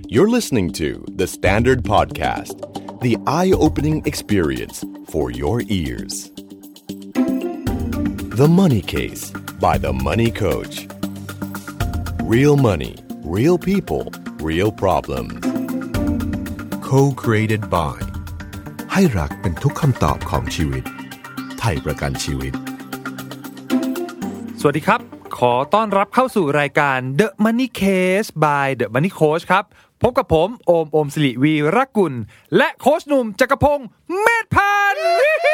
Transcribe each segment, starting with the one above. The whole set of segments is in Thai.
You're listening to The Standard Podcast, the eye-opening experience for your ears. The Money Case by The Money Coach. Real money, real people, real problems. Co-created by ให้รักเป็นทุกคำตอบของชีวิตไทยประกันชีวิตสวัสดีครับขอต้อนรับเข้าสู่รายการ The Money Case by The Money Coach ครับพบกับผมโอมศิริวีรกุลและโค้ชหนุ่มจักรพงศ์เมธพันธ์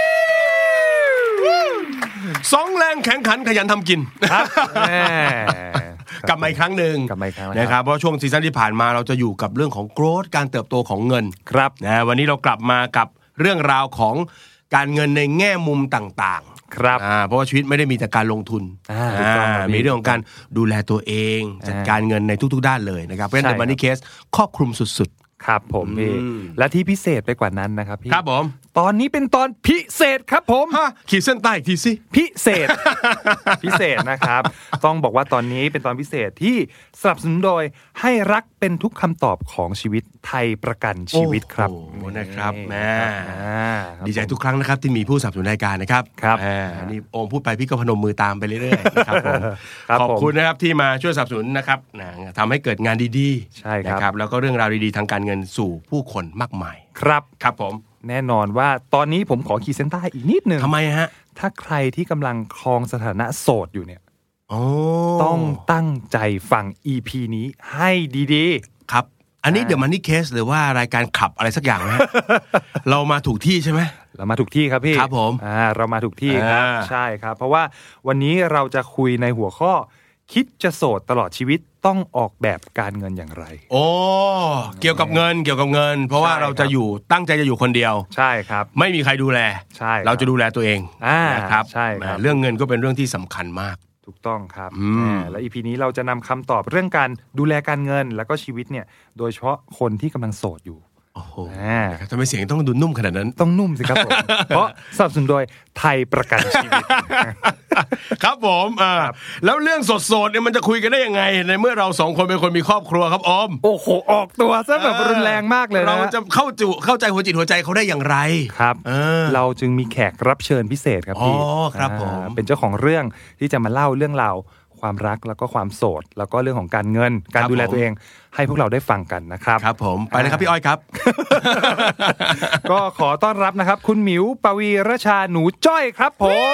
สองแรงแข่งขันขยันทำกินครับกลับมาอีกครั้งหนึ่งนะครับเพราะช่วงซีซั่นที่ผ่านมาเราจะอยู่กับเรื่องของโกรธการเติบโตของเงินครับนะวันนี้เรากลับมากับเรื่องราวของการเงินในแง่มุมต่างๆครับเพราะว่าชีวิตไม่ได้มีแต่การลงทุนมีเรื่องของการดูแลตัวเองจัดการเงินในทุกๆด้านเลยนะครับเพราะฉะนั้น The Money Case ครอบคลุมสุดๆครับผมพี่และที่พิเศษไปกว่านั้นนะครับพี่ครับผมตอนนี้เป็นตอนพิเศษครับผมขีดเส้นใต้อีกทีสิพิเศษ พิเศษนะครับต้องบอกว่าตอนนี้เป็นตอนพิเศษที่สนับสนุนโดยให้รักเป็นทุกคำตอบของชีวิตไทยประกันชีวิตครับนะครับแม่ดีใจทุกครั้งนะครับที่มีผู้สนับสนุนรายการนะครับนี่โอมพูดไปพี่ก็พนมมือตามไปเรื่อยๆครับผมขอบคุณนะครับที่มาช่วยสนับสนุนนะครับทำให้เกิดงานดีๆใช่ครับแล้วก็เรื่องราวดีๆทางการเงินสู่ผู้คนมากมายครับครับผมแน่นอนว่าตอนนี้ผมขอขีดเส้นใต้อีกนิดนึงทำไมฮะถ้าใครที่กำลังครองสถานะโสดอยู่เนี่ยต้องตั้งใจฟัง EP นี้ให้ดีๆครับอันนี้ The Money Case หรือว่ารายการขับอะไรสักอย่างนะ เรามาถูกที่ใช่ไหมเรามาถูกที่ครับพี่ครับผมเรามาถูกที่ครับใช่ครับเพราะว่าวันนี้เราจะคุยในหัวข้อคิดจะโสดตลอดชีวิตต้องออกแบบการเงินอย่างไรโอ้เกี่ยวกับเงินเพราะว่าเราจะอยู่ตั้งใจจะอยู่คนเดียวใช่ครับไม่มีใครดูแลใช่เราจะดูแลตัวเองนะครับใช่ครับเรื่องเงินก็เป็นเรื่องที่สำคัญมากถูกต้องครับและ EP นี้เราจะนำคำตอบเรื่องการดูแลการเงินแล้วก็ชีวิตเนี่ยโดยเฉพาะคนที่กำลังโสดอยู่โอ้โหทำไมเสียงต้องดูนุ่มขนาดนั้นต้องนุ่มสิครับผม เพราะสนับสนุนโดยไทยประกันชีวิตครับผมแล้วเรื่องสดๆเนี่ยมันจะคุยกันได้ยังไงในเมื่อเราสองคนเป็นคนมีครอบครัวครับออมโอ้โหออกตัวซะแบบรุนแรงมากเลยนะเราจะเข้าใจหัวจิตหัวใจเขาได้อย่างไรครับเราจึงมีแขกรับเชิญพิเศษครับพี่ครับผมเป็นเจ้าของเรื่องที่จะมาเล่าเรื่องราวความรักแล้วก็ความโสดแล้วก็เรื่องของการเงินการดูแลตัวเองให้พวกเราได้ฟังกันนะครับครับผมไปเลยครับพี่อ้อยครับก็ขอต้อนรับนะครับคุณหมิวปวีรชาหนูจ้อยครับผม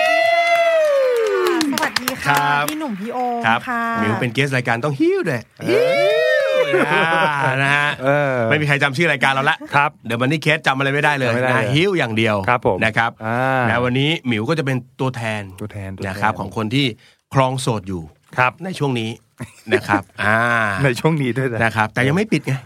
สวัสดีค่ะพี่หนุ่มพี่โอมค่ะหมิวเป็นเกสรายการต้องฮิ้วด้วยนะฮะไม่มีใครจำชื่อรายการเราละครับเดี๋ยววันนี้เคสจำอะไรไม่ได้เลยนะฮิ้วอย่างเดียวนะครับนะวันนี้หมิวก็จะเป็นตัวแทนนะครับของคนที่ครองโสดอยู่ครับในช่วงนี้นะครับในช่วงนี้ด้วยนะครับแต่ยังไม่ปิดไง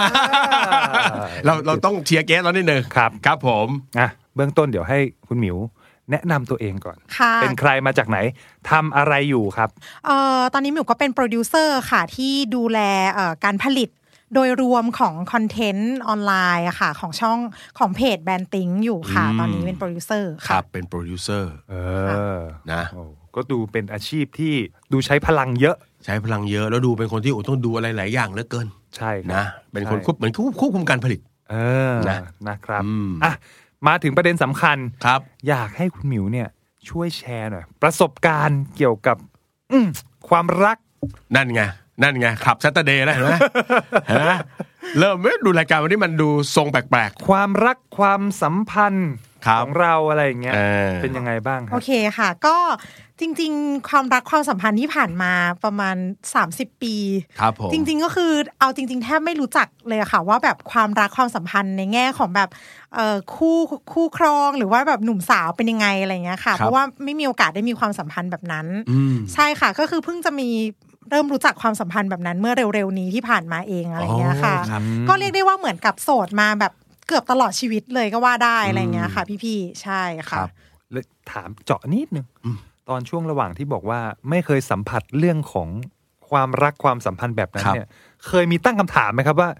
เราต้องเชียร์เกสเรานิดนึงครับผมเบื้องต้นเดี๋ยวให้คุณหมิวแนะนำตัวเองก่อนเป็นใครมาจากไหนทำอะไรอยู่ครับตอนนี้หมิวก็เป็นโปรดิวเซอร์ค่ะที่ดูแลการผลิตโดยรวมของคอนเทนต์ออนไลน์อะค่ะของช่องของเพจแบรนด์ติ้งอยู่ค่ะตอนนี้เป็นโปรดิวเซอร์ครับเป็นโปรดิวเซอร์นะก็ดูเป็นอาชีพที่ดูใช้พลังเยอะแล้วดูเป็นคนที่ต้องดูอะไรหลายอย่างเหลือเกินใช่นะเป็นคนเหมือนควบคุมการผลิตนะครับมาถึงประเด็นสำคัญครับอยากให้คุณหมิวเนี่ยช่วยแชร์หน่อยประสบการณ์เกี่ยวกับความรักนั่นไงขับซัตเตอร์เดย์แล้วเห็นไหมเริ่มดูรายการวันนี้มันดูทรงแปลกๆความรักความสัมพันธ์ของเราอะไรอย่างเงี้ยเป็นยังไงบ้างโอเคค่ะก็จริงๆความรักความสัมพันธ์ที่ผ่านมาประมาณ30ปีครับผมจริงๆก็คือเอาจริงๆแทบไม่รู้จักเลยค่ะว่าแบบความรักความสัมพันธ์ในแง่ของแบบคู่ครองหรือว่าแบบหนุ่มสาวเป็นยังไงอะไรเงี้ยค่ะเพราะว่าไม่มีโอกาสได้มีความสัมพันธ์แบบนั้นใช่ค่ะก็คือเพิ่งจะมีเริ่มรู้จักความสัมพันธ์แบบนั้นเมื่อเร็วๆนี้ที่ผ่านมาเองอะไรเงี้ยค่ะก็เรียกได้ว่าเหมือนกับโสดมาแบบเกือบตลอดชีวิตเลยก็ว่าได้อะไรเงี้ยค่ะพี่ๆใช่ค่ะแล้วถามเจาะนิดนึงตอนช่วงระหว่างที่บอกว่าไม่เคยสัมผัสเรื่องของความรักความสัมพันธ์แบบนั้นเนี่ยเคยมีตั้งคำถามไหมครับว่า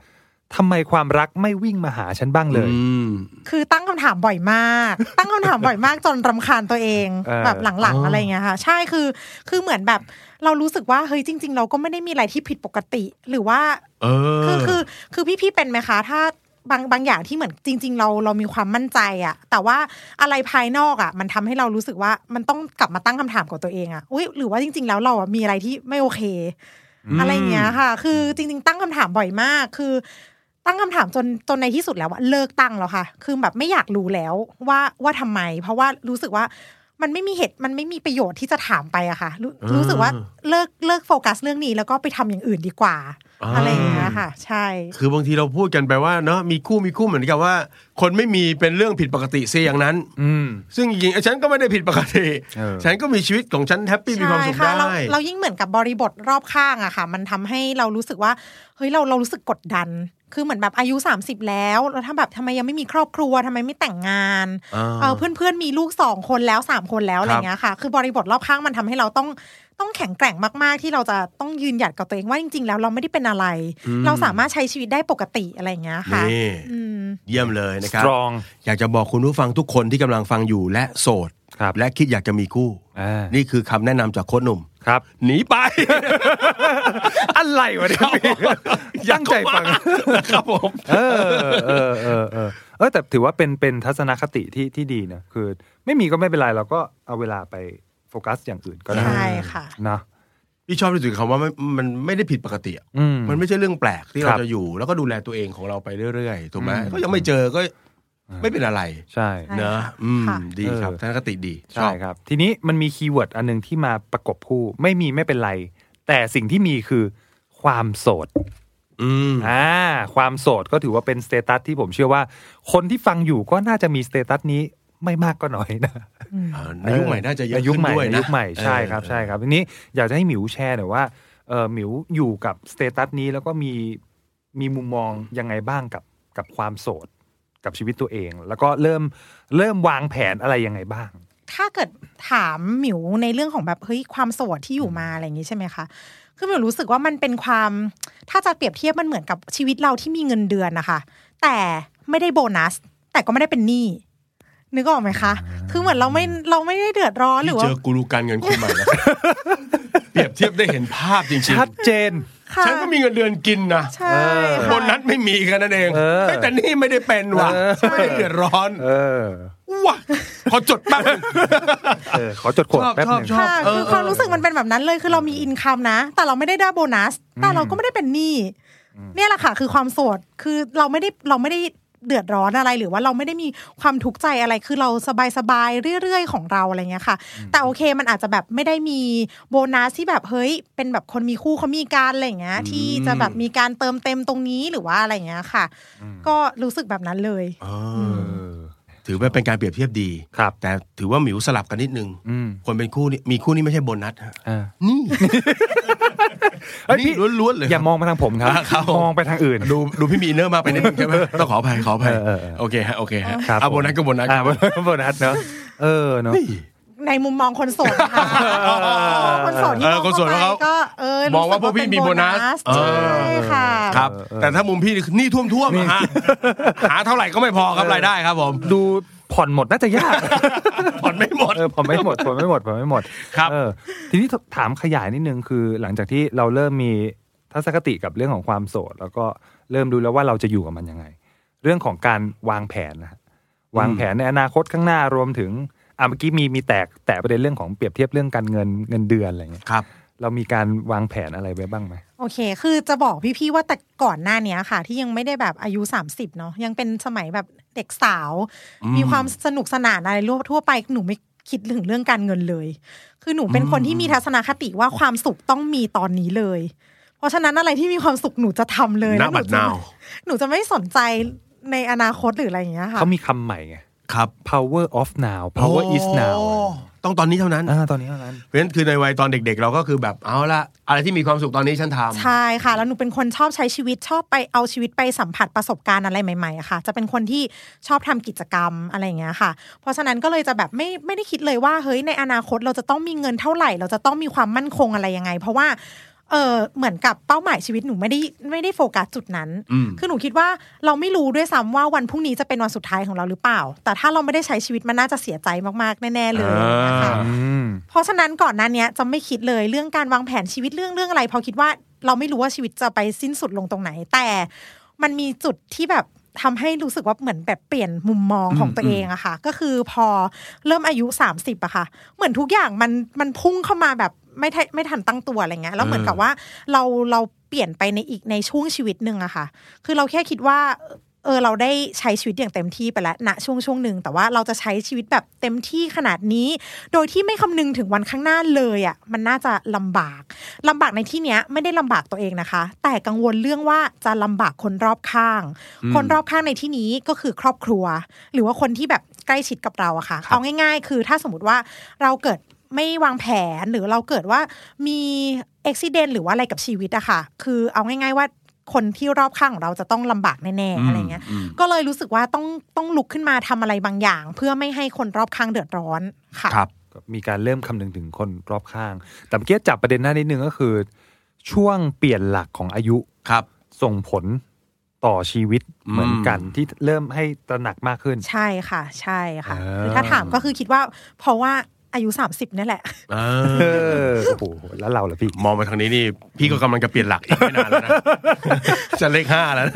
ทำไมความรักไม่วิ่งมาหาฉันบ้างเลยคือตั้งคำถามบ่อยมากตั้งคำถามบ่อยมากจนรำคาญตัวเองแบบหลังๆอะไรเงี้ยค่ะใช่คือเหมือนแบบเรารู้สึกว่าเฮ้ยจริงๆเราก็ไม่ได้มีอะไรที่ผิดปกติหรือว่าคือพี่เป็นไหมคะถ้าบางอย่างที่เหมือนจริงๆเรามีความมั่นใจอะแต่ว่าอะไรภายนอกอะมันทำให้เรารู้สึกว่ามันต้องกลับมาตั้งคำถามกับตัวเองอะอุ๊ยหรือว่าจริงๆแล้วเราอะมีอะไรที่ไม่โอเคอะไรเงี้ยค่ะคือจริงๆตั้งคำถามบ่อยมากคือตั้งคำถามจนในที่สุดแล้วว่าเลิกตั้งแล้วค่ะคือแบบไม่อยากรู้แล้วว่าทำไมเพราะว่ารู้สึกว่ามันไม่มีเหตุมันไม่มีประโยชน์ที่จะถามไปอะค่ะรู้สึกว่าเลิกโฟกัสเรื่องนี้แล้วก็ไปทำอย่างอื่นดีกว่าอะไรอย่างเงี้ยค่ะใช่คือบางทีเราพูดกันไปว่าเนาะมีคู่เหมือนกับว่าคนไม่มีเป็นเรื่องผิดปกติเสียอย่างนั้นซึ่งจริงๆฉันก็ไม่ได้ผิดปกติฉันก็มีชีวิตของฉันแฮปปี้มีความสุขได้เรายิ่งเหมือนกับบริบทรอบข้างอะค่ะมันทำให้เรารู้สึกว่าเฮ้ยเรารู้สึกกดดันคือเหมือนแบบอายุ30แล้วถ้าแบบทำไมยังไม่มีครอบครัวทำไมไม่แต่งงานเพื่อนมีลูก2คนแล้ว3คนแล้วอะไรเงี้ยค่ะคือบริบทรอบข้างมันทำให้เราต้องแข็งแกร่งมากๆที่เราจะต้องยืนหยัดกับตัวเองว่าจริงๆแล้วเราไม่ได้เป็นอะไรเราสามารถใช้ชีวิตได้ปกติอะไรอย่างเงี้ยค่ะเยี่ยมเลยนะครับอยากจะบอกคุณผู้ฟังทุกคนที่กำลังฟังอยู่และโสดและคิดอยากจะมีคู่นี่คือคำแนะนำจากโค้ชหนุ่มครับหนีไปอะไรวะเนี่ยตั้งใจฟังครับผมแต่ถือว่าเป็นทัศนคติที่ดีนะคือไม่มีก็ไม่เป็นไรเราก็เอาเวลาไปโฟกัสอย่างอื่นก็ได้ใช่ค่ะนะพี่ชอบที่สุดคำว่ามันไม่ได้ผิดปกติมันไม่ใช่เรื่องแปลกที่เราจะอยู่แล้วก็ดูแลตัวเองของเราไปเรื่อยๆถูกไหมก็ยังไม่เจอก็ไม่เป็นอะไรใช่เนอะดีครับทัศนคติดีใช่ครับทีนี้มันมีคีย์เวิร์ดอันนึงที่มาประกบคู่ไม่เป็นไรแต่สิ่งที่มีคือความโสดความโสดก็ถือว่าเป็นสเตตัสที่ผมเชื่อว่าคนที่ฟังอยู่ก็น่าจะมีสเตตัสนี้ไม่มากก็น้อยนะในยุคใหม่น่าจะเยอะขึ้นด้วยนะยุคใหม่ใช่ครับใช่ครับทีนี้อยากจะให้หมิวแชร์หน่อยว่าหมิวอยู่กับสเตตัสนี้แล้วก็มีมุมมองยังไงบ้างกับความโสดกับชีวิตตัวเองแล้วก็เริ่มวางแผนอะไรยังไงบ้างถ้าเกิดถามหมิวในเรื่องของแบบเฮ้ยความโสดที่อยู่มาอะไรอย่างนี้ใช่ไหมคะคือหมิวรู้สึกว่ามันเป็นความถ้าจะเปรียบเทียบมันเหมือนกับชีวิตเราที่มีเงินเดือนนะคะแต่ไม่ได้โบนัสแต่ก็ไม่ได้เป็นหนี้นึกออกไหมคะคือเหมือนเราไม่ได้เดือดร้อนหรือว่าเจอกูรูการเงินคนใหม่แล้วเปรียบเทียบได้เห็นภาพจริงๆชัดเจนฉันก็มีเงินเดือนกินนะโบนัสไม่มีแค่นั้นเองแต่นี่ไม่ได้เป็นว่ะไม่ได้เดือดร้อนว้าขอจดแป๊บขอจดขวดแป๊บนึงคือความรู้สึกมันเป็นแบบนั้นเลยคือเรามีอินคัมนะแต่เราไม่ได้โบนัสแต่เราก็ไม่ได้เป็นหนี้เนี่ยแหละค่ะคือความโสดคือเราไม่ได้เดือดร้อนอะไรหรือว่าเราไม่ได้มีความทุกข์ใจอะไรคือเราสบายๆเรื่อยๆของเราอะไรเงี้ยค่ะแต่โอเคมันอาจจะแบบไม่ได้มีโบนัสที่แบบเฮ้ยเป็นแบบคนมีคู่เขามีการอะไรเงี้ยที่จะแบบมีการเติมเต็มตรงนี้หรือว่าอะไรเงี้ยค่ะก็รู้สึกแบบนั้นเลยถือว่าเป็นการเปรียบเทียบดีแต่ถือว่าหมิวสลับกันนิดนึงคนเป็นคู่นี่มีคู่นี่ไม่ใช่โบนัสนี่พี่ล้วนๆเลยอย่ามองมาทางผมครับมองไปทางอื่นดูพี่มีอินเนอร์มากไปนิดนึงใช่ไหมต้องขออภัยโอเคฮะเอาโบนัสก็โบนัสโบนัสเนาะเนาะในมุมมองคนโสดนะคะคนโสดที่คนโสดเขาก็มองว่าพวกพี่มีโบนัสใช่ค่ะครับแต่ถ้ามุมพี่นี่ท่วมๆฮะหาเท่าไหร่ก็ไม่พอครับรายได้ครับผมดูผ่อนหมดน่าจะยากผ่อนไม่หมดผ่อนไม่หมดครับทีนี้ถามขยายนิดนึงคือหลังจากที่เราเริ่มมีทัศนคติกับเรื่องของความโสดแล้วก็เริ่มรู้แล้วว่าเราจะอยู่กับมันยังไงเรื่องของการวางแผนนะวางแผนในอนาคตข้างหน้ารวมถึงเมื่อกี้มีแตะประเด็นเรื่องของเปรียบเทียบเรื่องการเงินเดือนอะไรเงี้ยครับเรามีการวางแผนอะไรไว้บ้างไหมโอเคคือจะบอกพี่ๆว่าแต่ก่อนหน้านี้ค่ะที่ยังไม่ได้แบบอายุ30เนาะยังเป็นสมัยแบบเด็กสาวมีความสนุกสนานอะไรทั่วไปหนูไม่คิดถึงเรื่องการเงินเลยคือหนูเป็นคนที่มีทัศนคติว่าความสุขต้องมีตอนนี้เลยเพราะฉะนั้นอะไรที่มีความสุขหนูจะทำเลยนะหนูจะไม่สนใจในอนาคตหรืออะไรอย่างเงี้ยค่ะเขามีคำใหม่ไงครับ power of now power is now ต้องตอนนี้เท่านั้นตอนนี้เท่านั้นเพราะฉะนั้นคือในวัยตอนเด็กๆเราก็คือแบบเอาละอะไรที่มีความสุขตอนนี้ฉันทำใช่ค่ะแล้วหนูเป็นคนชอบใช้ชีวิตชอบไปเอาชีวิตไปสัมผัสประสบการณ์อะไรใหม่ๆอะค่ะจะเป็นคนที่ชอบทำกิจกรรมอะไรอย่างเงี้ยค่ะเพราะฉะนั้นก็เลยจะแบบไม่ได้คิดเลยว่าเฮ้ยในอนาคตเราจะต้องมีเงินเท่าไหร่เราจะต้องมีความมั่นคงอะไรยังไงเพราะว่าเหมือนกับเป้าหมายชีวิตหนูไม่ได้โฟกัสจุดนั้นคือหนูคิดว่าเราไม่รู้ด้วยซ้ำว่าวันพรุ่งนี้จะเป็นวันสุดท้ายของเราหรือเปล่าแต่ถ้าเราไม่ได้ใช้ชีวิตมันน่าจะเสียใจมากๆแน่ๆเลยนะคะเพราะฉะนั้นก่อนหน้านี้จะไม่คิดเลยเรื่องการวางแผนชีวิตเรื่องอะไรเพราะคิดว่าเราไม่รู้ว่าชีวิตจะไปสิ้นสุดลงตรงไหนแต่มันมีจุดที่แบบทำให้รู้สึกว่าเหมือนแบบเปลี่ยนมุมมองของตัวเองอะค่ะก็คือพอเริ่มอายุ30อะค่ะเหมือนทุกอย่างมันพุ่งเข้ามาแบบไม่ทันตั้งตัวอะไรเงี้ยแล้วเหมือนกับว่าเราเปลี่ยนไปในช่วงชีวิตนึงอะค่ะคือเราแค่คิดว่าเราได้ใช้ชีวิตอย่างเต็มที่ไปแล้วณช่วงนึงแต่ว่าเราจะใช้ชีวิตแบบเต็มที่ขนาดนี้โดยที่ไม่คำนึงถึงวันข้างหน้าเลยอ่ะมันน่าจะลำบากในที่เนี้ยไม่ได้ลำบากตัวเองนะคะแต่กังวลเรื่องว่าจะลำบากคนรอบข้างคนรอบข้างในที่นี้ก็คือครอบครัวหรือว่าคนที่แบบใกล้ชิดกับเราอะค่ะเอาง่ายๆคือถ้าสมมติว่าเราเกิดไม่วางแผนหรือเราเกิดว่ามีอุบัติเหตุหรือว่าอะไรกับชีวิตอะค่ะคือเอาง่ายๆว่าคนที่รอบข้างของเราจะต้องลำบากแน่ๆอะไรเงี้ยก็เลยรู้สึกว่าต้องลุกขึ้นมาทำอะไรบางอย่างเพื่อไม่ให้คนรอบข้างเดือดร้อนค่ะครับมีการเริ่มคำนึงถึงคนรอบข้างแต่เมื่อกี้จับประเด็นหน้านิดนึงก็คือช่วงเปลี่ยนหลักของอายุครับส่งผลต่อชีวิตเหมือนกันที่เริ่มให้ตระหนักมากขึ้นใช่ค่ะคือถ้าถามก็คือคิดว่าเพราะว่าอายุ30นี่แหละโอ้โหแล้วเราล่ะพี่มองไปทางนี้นี่พี่ก็กำลังจะเปลี่ยนหลักอีกไม่นานแล้วนะจะเลข5แล้วนะ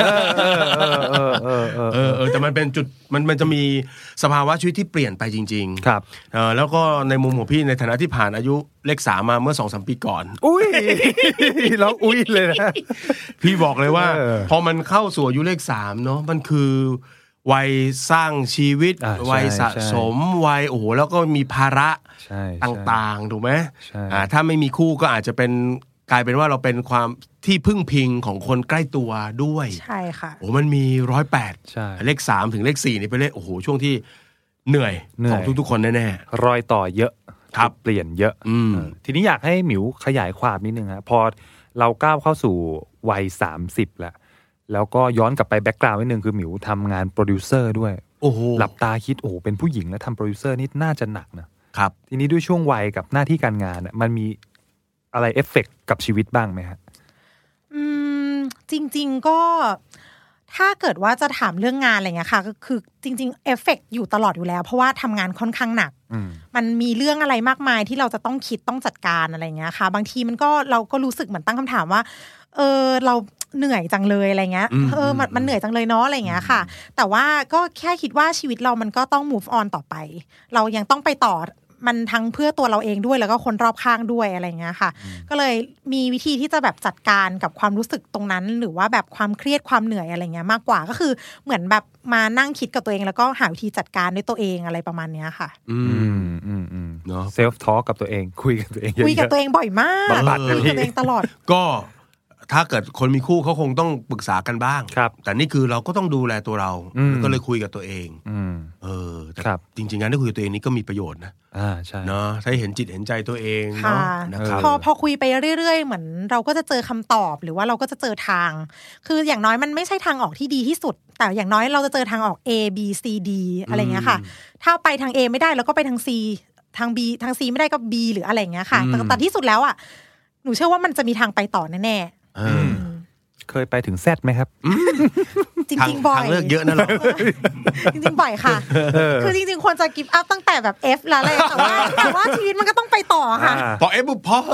แต่มันเป็นจุดมันจะมีสภาวะชีวิตที่เปลี่ยนไปจริงๆครับแล้วก็ในมุมของพี่ในฐานะที่ผ่านอายุเลข3มาเมื่อ 2-3 ปีก่อนอุ้ยร้องอุ้ยเลยนะพี่บอกเลยว่าพอมันเข้าสู่อายุเลข3เนาะมันคือวัยสร้างชีวิตวัยสะสมวัยโอ้โหแล้วก็มีภาระต่างๆถูกไหมถ้าไม่มีคู่ก็อาจจะเป็นกลายเป็นว่าเราเป็นความที่พึ่งพิงของคนใกล้ตัวด้วยใช่ค่ะโอ้มันมี108เลข3ถึงเลข4นี่เป็นเลขโอ้โหช่วงที่เหนื่อยของทุกๆคนแน่ๆรอยต่อเยอะเปลี่ยนเยอะทีนี้อยากให้หมิวขยายความนิดนึงครับพอเราก้าวเข้าสู่วัย30แล้วก็ย้อนกลับไปแบ็คกราวด์นิดนึงคือหมิวทำงานโปรดิวเซอร์ด้วยโอ้โหหลับตาคิดโอ้โหเป็นผู้หญิงแล้วทำโปรดิวเซอร์นี่น่าจะหนักนะครับทีนี้ด้วยช่วงวัยกับหน้าที่การงานมันมีอะไรเอฟเฟกต์กับชีวิตบ้างไหมครับจริงๆก็ถ้าเกิดว่าจะถามเรื่องงานอะไรเงี้ยค่ะก็คือจริงๆเอฟเฟกต์อยู่ตลอดอยู่แล้วเพราะว่าทำงานค่อนข้างหนักมันมีเรื่องอะไรมากมายที่เราจะต้องคิดต้องจัดการอะไรเงี้ยค่ะบางทีเราก็รู้สึกเหมือนตั้งคำถามว่าเราเหนื่อยจังเลยอะไรเงี้ยมันเหนื่อยจังเลยเนาะอะไรเงี้ยค่ะแต่ว่าก็แค่คิดว่าชีวิตเรามันก็ต้อง move on ต่อไปเรายังต้องไปต่อมันทั้งเพื่อตัวเราเองด้วยแล้วก็คนรอบข้างด้วยอะไรเงี้ยค่ะก็เลยมีวิธีที่จะแบบจัดการกับความรู้สึกตรงนั้นหรือว่าแบบความเครียดความเหนื่อยอะไรเงี้ยมากกว่าก็คือเหมือนแบบมานั่งคิดกับตัวเองแล้วก็หาวิธีจัดการด้วยตัวเองอะไรประมาณเนี้ยค่ะเนาะเซลฟ์ทอล์กกับตัวเองคุยกับตัวเองคุยกับตัวเองบ่อยมากคุยกับตัวเองตลอดก็ถ้าเกิดคนมีคู่เขาคงต้องปรึกษากันบ้างแต่นี่คือเราก็ต้องดูแลตัวเราก็เลยคุยกับตัวเองแต่จริงๆงานที่คุยกับตัวเองนี่ก็มีประโยชน์นะใช่เนาะถ้าเห็นจิตเห็นใจตัวเองเนาะนะครับพอคุยไปเรื่อยๆเหมือนเราก็จะเจอคำตอบหรือว่าเราก็จะเจอทางคืออย่างน้อยมันไม่ใช่ทางออกที่ดีที่สุดแต่อย่างน้อยเราจะเจอทางออก A B C D อะไรเงี้ยค่ะถ้าไปทาง A ไม่ได้เราก็ไปทาง C ทาง B ทาง C ไม่ได้ก็ B หรืออะไรเงี้ยค่ะแต่ที่สุดแล้วอ่ะหนูเชื่อว่ามันจะมีทางไปต่อแน่เคยไปถึงแซดไหมครับจริงๆบ่อยทางเลือกเยอะนะเราจริงๆบ่อยค่ะคือจริงๆควรจะกิฟต์อัพตั้งแต่แบบ F แล้วอะไรแต่ว่าชีวิตมันก็ต้องไปต่อค่ะพอ F ปุ๊บพอ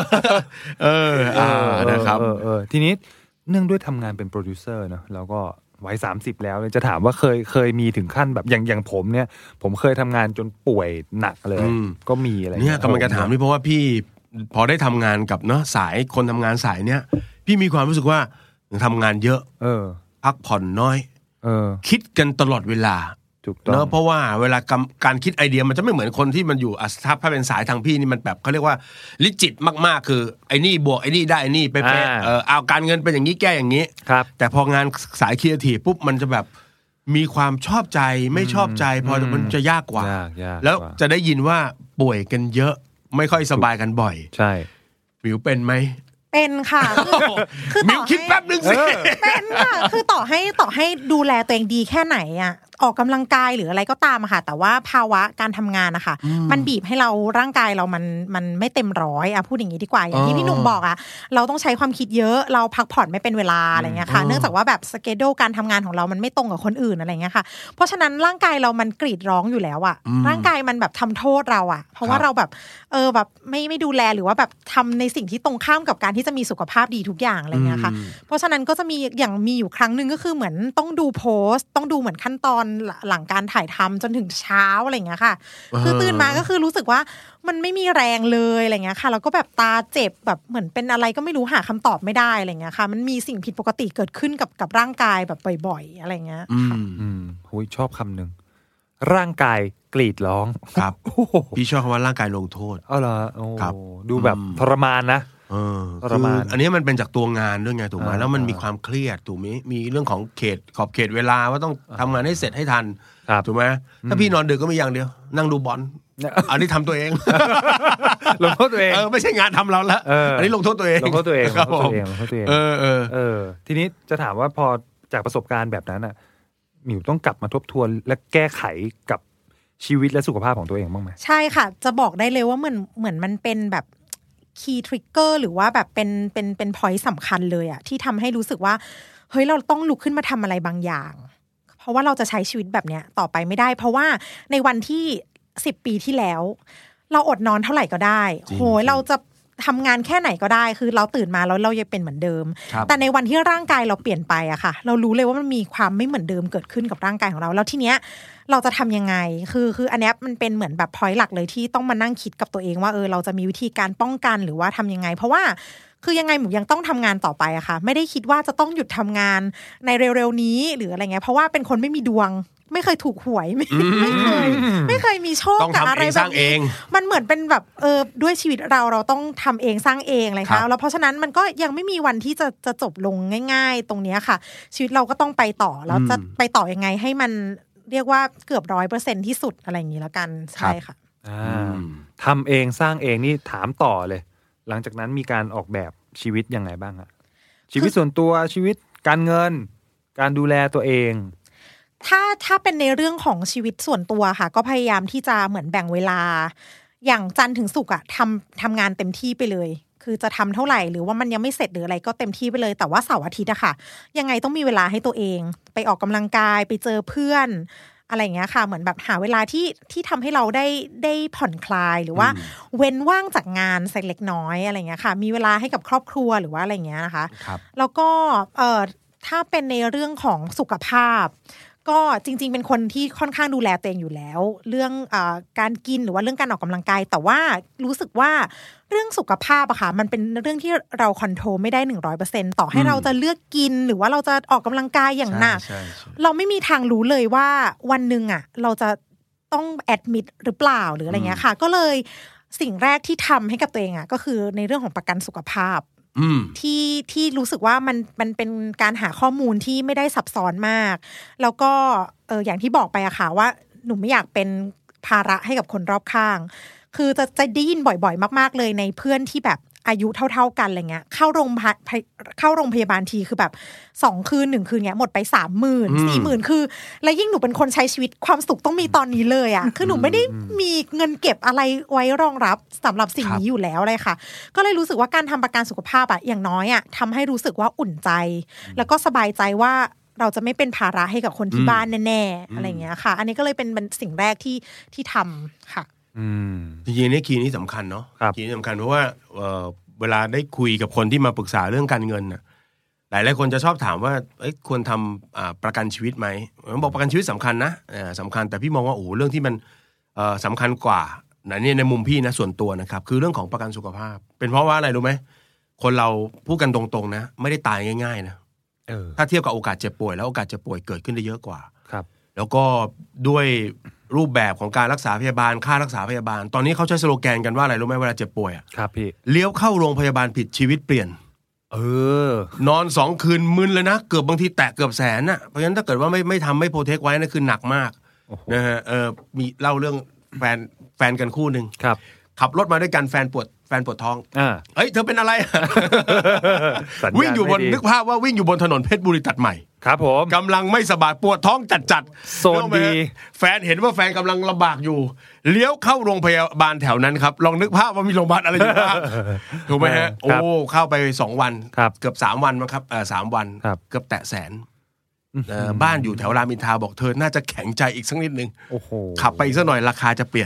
นะครับทีนี้เนื่องด้วยทำงานเป็นโปรดิวเซอร์เนาะแล้วก็วัย30แล้วจะถามว่าเคยมีถึงขั้นแบบอย่างผมเนี่ยผมเคยทำงานจนป่วยหนักเลยก็มีอะไรเนี่ยกำลังจะถามนี่เพราะว่าพี่พอได้ทำงานกับเนาะสายคนทำงานสายเนี้ยพี่มีความรู้สึกว่าทำงานเยอะพักผ่อนน้อยคิดกันตลอดเวลาเนอะเพราะว่าเวลาการคิดไอเดียมันจะไม่เหมือนคนที่มันอยู่ถ้าเป็นสายทางพี่นี่มันแบบเขาเรียกว่าลิจิตมากๆคือไอ้นี่บวกไอ้นี่ได้ไอ้นี่เป๊ะเอาการเงินเป็นอย่างนี้แก้อย่างนี้แต่พองานสายครีเอทีฟปุ๊บมันจะแบบมีความชอบใจไม่ชอบใจพอมันจะยากกว่าแล้วจะได้ยินว่าป่วยกันเยอะไม่ค่อยสบายกันบ่อยใช่มิวเป็นไหมเป็นค่ะคือมิวคิดแป๊บนึงสิเป็นค่ะคือต่อให้ดูแลตัวเองดีแค่ไหนอ่ะออกกำลังกายหรืออะไรก็ตามอะค่ะแต่ว่าภาวะการทำงานนะคะมันบีบให้เราร่างกายเรามันไม่เต็มร้อยพูดอย่างนี้ดีกว่าอย่างที่พี่หนุ่มบอกอะเราต้องใช้ความคิดเยอะเราพักผ่อนไม่เป็นเวลาอะไรเงี้ยค่ะเนื่องจากว่าแบบสเกดูลการทำงานของเรามันไม่ตรงกับคนอื่นอะไรเงี้ยค่ะเพราะฉะนั้นร่างกายเรามันกรีดร้องอยู่แล้วอะร่างกายมันแบบทำโทษเราอะเพราะว่าเราแบบแบบไม่ดูแลหรือว่าแบบทำในสิ่งที่ตรงข้ามกับการที่จะมีสุขภาพดีทุกอย่างอะไรเงี้ยค่ะเพราะฉะนั้นก็จะมีอยู่ครั้งนึงก็คือเหมือนต้องดูโพสต์ต้องดูเหมือนขั้นตอนหลังการถ่ายทำจนถึงเช้าอะไรเงี้ยค่ะคือตื่นมาก็คือรู้สึกว่ามันไม่มีแรงเลยอะไรเงี้ยค่ะแล้วก็แบบตาเจ็บแบบเหมือนเป็นอะไรก็ไม่รู้หาคำตอบไม่ได้อะไรเงี้ยค่ะมันมีสิ่งผิดปกติเกิดขึ้นกับร่างกายแบบบ่อยๆอะไรเงี้ยค่ะชอบคำหนึ่งร่างกายกรีดร้องครับพี่ชอบคำว่าร่างกายลงโทษเหรอดูแบบทรมานนะทรมานอันนี้มันเป็นจากตัวงานด้วยไงถูกไหมแล้วมันมีความเครียดถูกไหมมีเรื่องของขอบเขตเวลาว่าต้องทำงานให้เสร็จให้ทันถูกไหมถ้าพี่นอนดึกก็มีอย่างเดียวนั่งดูบอลอันนี้ทำตัวเองลงโทษตัวเองไม่ใช่งานทำเราแล้วอันนี้ลงโทษตัวเองครับผมทีนี้จะถามว่าพอจากประสบการณ์แบบนั้นอ่ะหมิวต้องกลับมาทบทวนและแก้ไขกับชีวิตและสุขภาพของตัวเองบ้างไหมใช่ค่ะจะบอกได้เลยว่าเหมือนมันเป็นแบบคีย์ทริกเกอร์หรือว่าแบบเป็นพอยต์สำคัญเลยอะที่ทำให้รู้สึกว่าเฮ้ยเราต้องลุกขึ้นมาทำอะไรบางอย่างเพราะว่าเราจะใช้ชีวิตแบบเนี้ยต่อไปไม่ได้เพราะว่าในวันที่10 ปีที่แล้วเราอดนอนเท่าไหร่ก็ได้โหยเราจะทำงานแค่ไหนก็ได้คือเราตื่นมาแล้วเรายังเป็นเหมือนเดิมแต่ในวันที่ร่างกายเราเปลี่ยนไปอะค่ะเรารู้เลยว่ามันมีความไม่เหมือนเดิมเกิดขึ้นกับร่างกายของเราแล้วทีเนี้ยเราจะทำยังไงคืออันนี้มันเป็นเหมือนแบบพอยต์หลักเลยที่ต้องมานั่งคิดกับตัวเองว่าเราจะมีวิธีการป้องกันหรือว่าทำยังไงเพราะว่าคือยังไงหมูยังต้องทำงานต่อไปอะค่ะไม่ได้คิดว่าจะต้องหยุดทำงานในเร็วๆนี้หรืออะไรเงี้ยเพราะว่าเป็นคนไม่มีดวงไม่เคยถูกหวยไม่เคยมีโชคกับอะไรแบบนี้มันเหมือนเป็นแบบด้วยชีวิตเราต้องทำเองสร้างเองอะไรคะแล้วเพราะฉะนั้นมันก็ยังไม่มีวันที่จะจบลงง่ายๆตรงนี้ค่ะชีวิตเราก็ต้องไปต่อแล้วจะไปต่อยังไงให้มันเรียกว่าเกือบ 100% ที่สุดอะไรอย่างนี้แล้วกันใช่ค่ะทำเองสร้างเองนี่ถามต่อเลยหลังจากนั้นมีการออกแบบชีวิตยังไงบ้างอะชีวิตส่วนตัวชีวิตการเงินการดูแลตัวเองถ้าเป็นในเรื่องของชีวิตส่วนตัวค่ะก็พยายามที่จะเหมือนแบ่งเวลาอย่างจันทร์ถึงศุกร์อะทำงานเต็มที่ไปเลยคือจะทำเท่าไหร่หรือว่ามันยังไม่เสร็จหรืออะไรก็เต็มที่ไปเลยแต่ว่าเสาร์อาทิตย์อะค่ะยังไงต้องมีเวลาให้ตัวเองไปออกกำลังกายไปเจอเพื่อนอะไรอย่างเงี้ยค่ะเหมือนแบบหาเวลาที่ทำให้เราได้ผ่อนคลายหรือว่าเว้นว่างจากงานสักเล็กน้อยอะไรเงี้ยค่ะมีเวลาให้กับครอบครัวหรือว่าอะไรเงี้ยนะคะแล้วก็ถ้าเป็นในเรื่องของสุขภาพก็จริงๆเป็นคนที่ค่อนข้างดูแลตัวเองอยู่แล้วเรื่องการกินหรือว่าเรื่องการออกกำลังกายแต่ว่ารู้สึกว่าเรื่องสุขภาพอะค่ะมันเป็นเรื่องที่เราคอนโทรลไม่ได้ 100% ต่อให้เราจะเลือกกินหรือว่าเราจะออกกำลังกายอย่างหนักเราไม่มีทางรู้เลยว่าวันนึงอะเราจะต้องแอดมิดหรือเปล่าหรืออะไรเงี้ยค่ะก็เลยสิ่งแรกที่ทำให้กับตัวเองอะก็คือในเรื่องของประกันสุขภาพที่รู้สึกว่ามันเป็นการหาข้อมูลที่ไม่ได้ซับซ้อนมากแล้วก็อย่างที่บอกไปอะค่ะว่าหนูไม่อยากเป็นภาระให้กับคนรอบข้างคือจะได้ยินบ่อยๆมากๆเลยในเพื่อนที่แบบอายุเท่าๆกันอะไรเงี้ยเข้าโรงพยาบาลทีคือแบบ2 คืน1 คืนเงี้ยหมดไป 30,000 40,000คือแล้วยิ่งหนูเป็นคนใช้ชีวิตความสุขต้องมีตอนนี้เลยอะคือหนูไม่ได้มีเงินเก็บอะไรไว้รองรับสำหรับสิ่งนี้อยู่แล้วเลยค่ะก็เลยรู้สึกว่าการทำประกันสุขภาพอะอย่างน้อยอะทำให้รู้สึกว่าอุ่นใจแล้วก็สบายใจว่าเราจะไม่เป็นภาระให้กับคนที่บ้านแน่ๆอะไรเงี้ยค่ะอันนี้ก็เลยเป็นสิ่งแรกที่ทำค่ะจริงๆนี่คีย์นี้สำคัญเนาะคีย์นี้สำคัญเพราะว่าเวลาได้คุยกับคนที่มาปรึกษาเรื่องการเงินน่ะหลายคนจะชอบถามว่าควรทำประกันชีวิตไหมผมบอกประกันชีวิตสำคัญนะสำคัญแต่พี่มองว่าโอ้เรื่องที่มันสำคัญกว่านี่ในมุมพี่นะส่วนตัวนะครับคือเรื่องของประกันสุขภาพเป็นเพราะว่าอะไรรู้ไหมคนเราพูดกันตรงๆนะไม่ได้ตายง่ายๆนะถ้าเทียบกับโอกาสเจ็บป่วยแล้วโอกาสเจ็บป่วยเกิดขึ้นได้เยอะกว่าครับแล้วก็ด้วยรูปแบบของการรักษาพยาบาลค่ารักษาพยาบาลตอนนี้เขาใช้สโลแกนกันว่าอะไรรู้ไหมเวลาเจ็บป่วยครับพี่เลี้ยวเข้าโรงพยาบาลผิดชีวิตเปลี่ยนนอน2 คืนมึนเลยนะเกือบบางทีแตะเกือบแสนน่ะเพราะฉะนั้นถ้าเกิดว่าไม่ทำไม่โปรเทคไว้นั่นคือหนักมากนะฮะมีเล่าเรื่องแฟนกันคู่นึงครับขับรถมาด้วยกันแฟนปวดท้องเฮ้ยเธอเป็นอะไร วิ่งอยู่บนนึกภาพว่าวิ่งอยู่บนถนนเพชรบุรีตัดใหม่ครับผมกำลังไม่สบายปวดท้องจัดๆโซนดีแฟนเห็นว่าแฟนกำลังลำบากอยู่เลี้ยวเข้าโรงพยาบาลแถวนั้นครับลองนึกภาพว่ามีโรงพยาบาลอะไรอยู่บ้างถูกไหมฮะโอ้เข้าไป2วันเกือบ3วันมั้งครับ3วันเกือบแตะแสนบ้านอยู่แถวรามอินทราบอกเธอน่าจะแข็งใจอีกสักนิดนึงขับไปอีกสักหน่อยราคาจะเปลี่ยน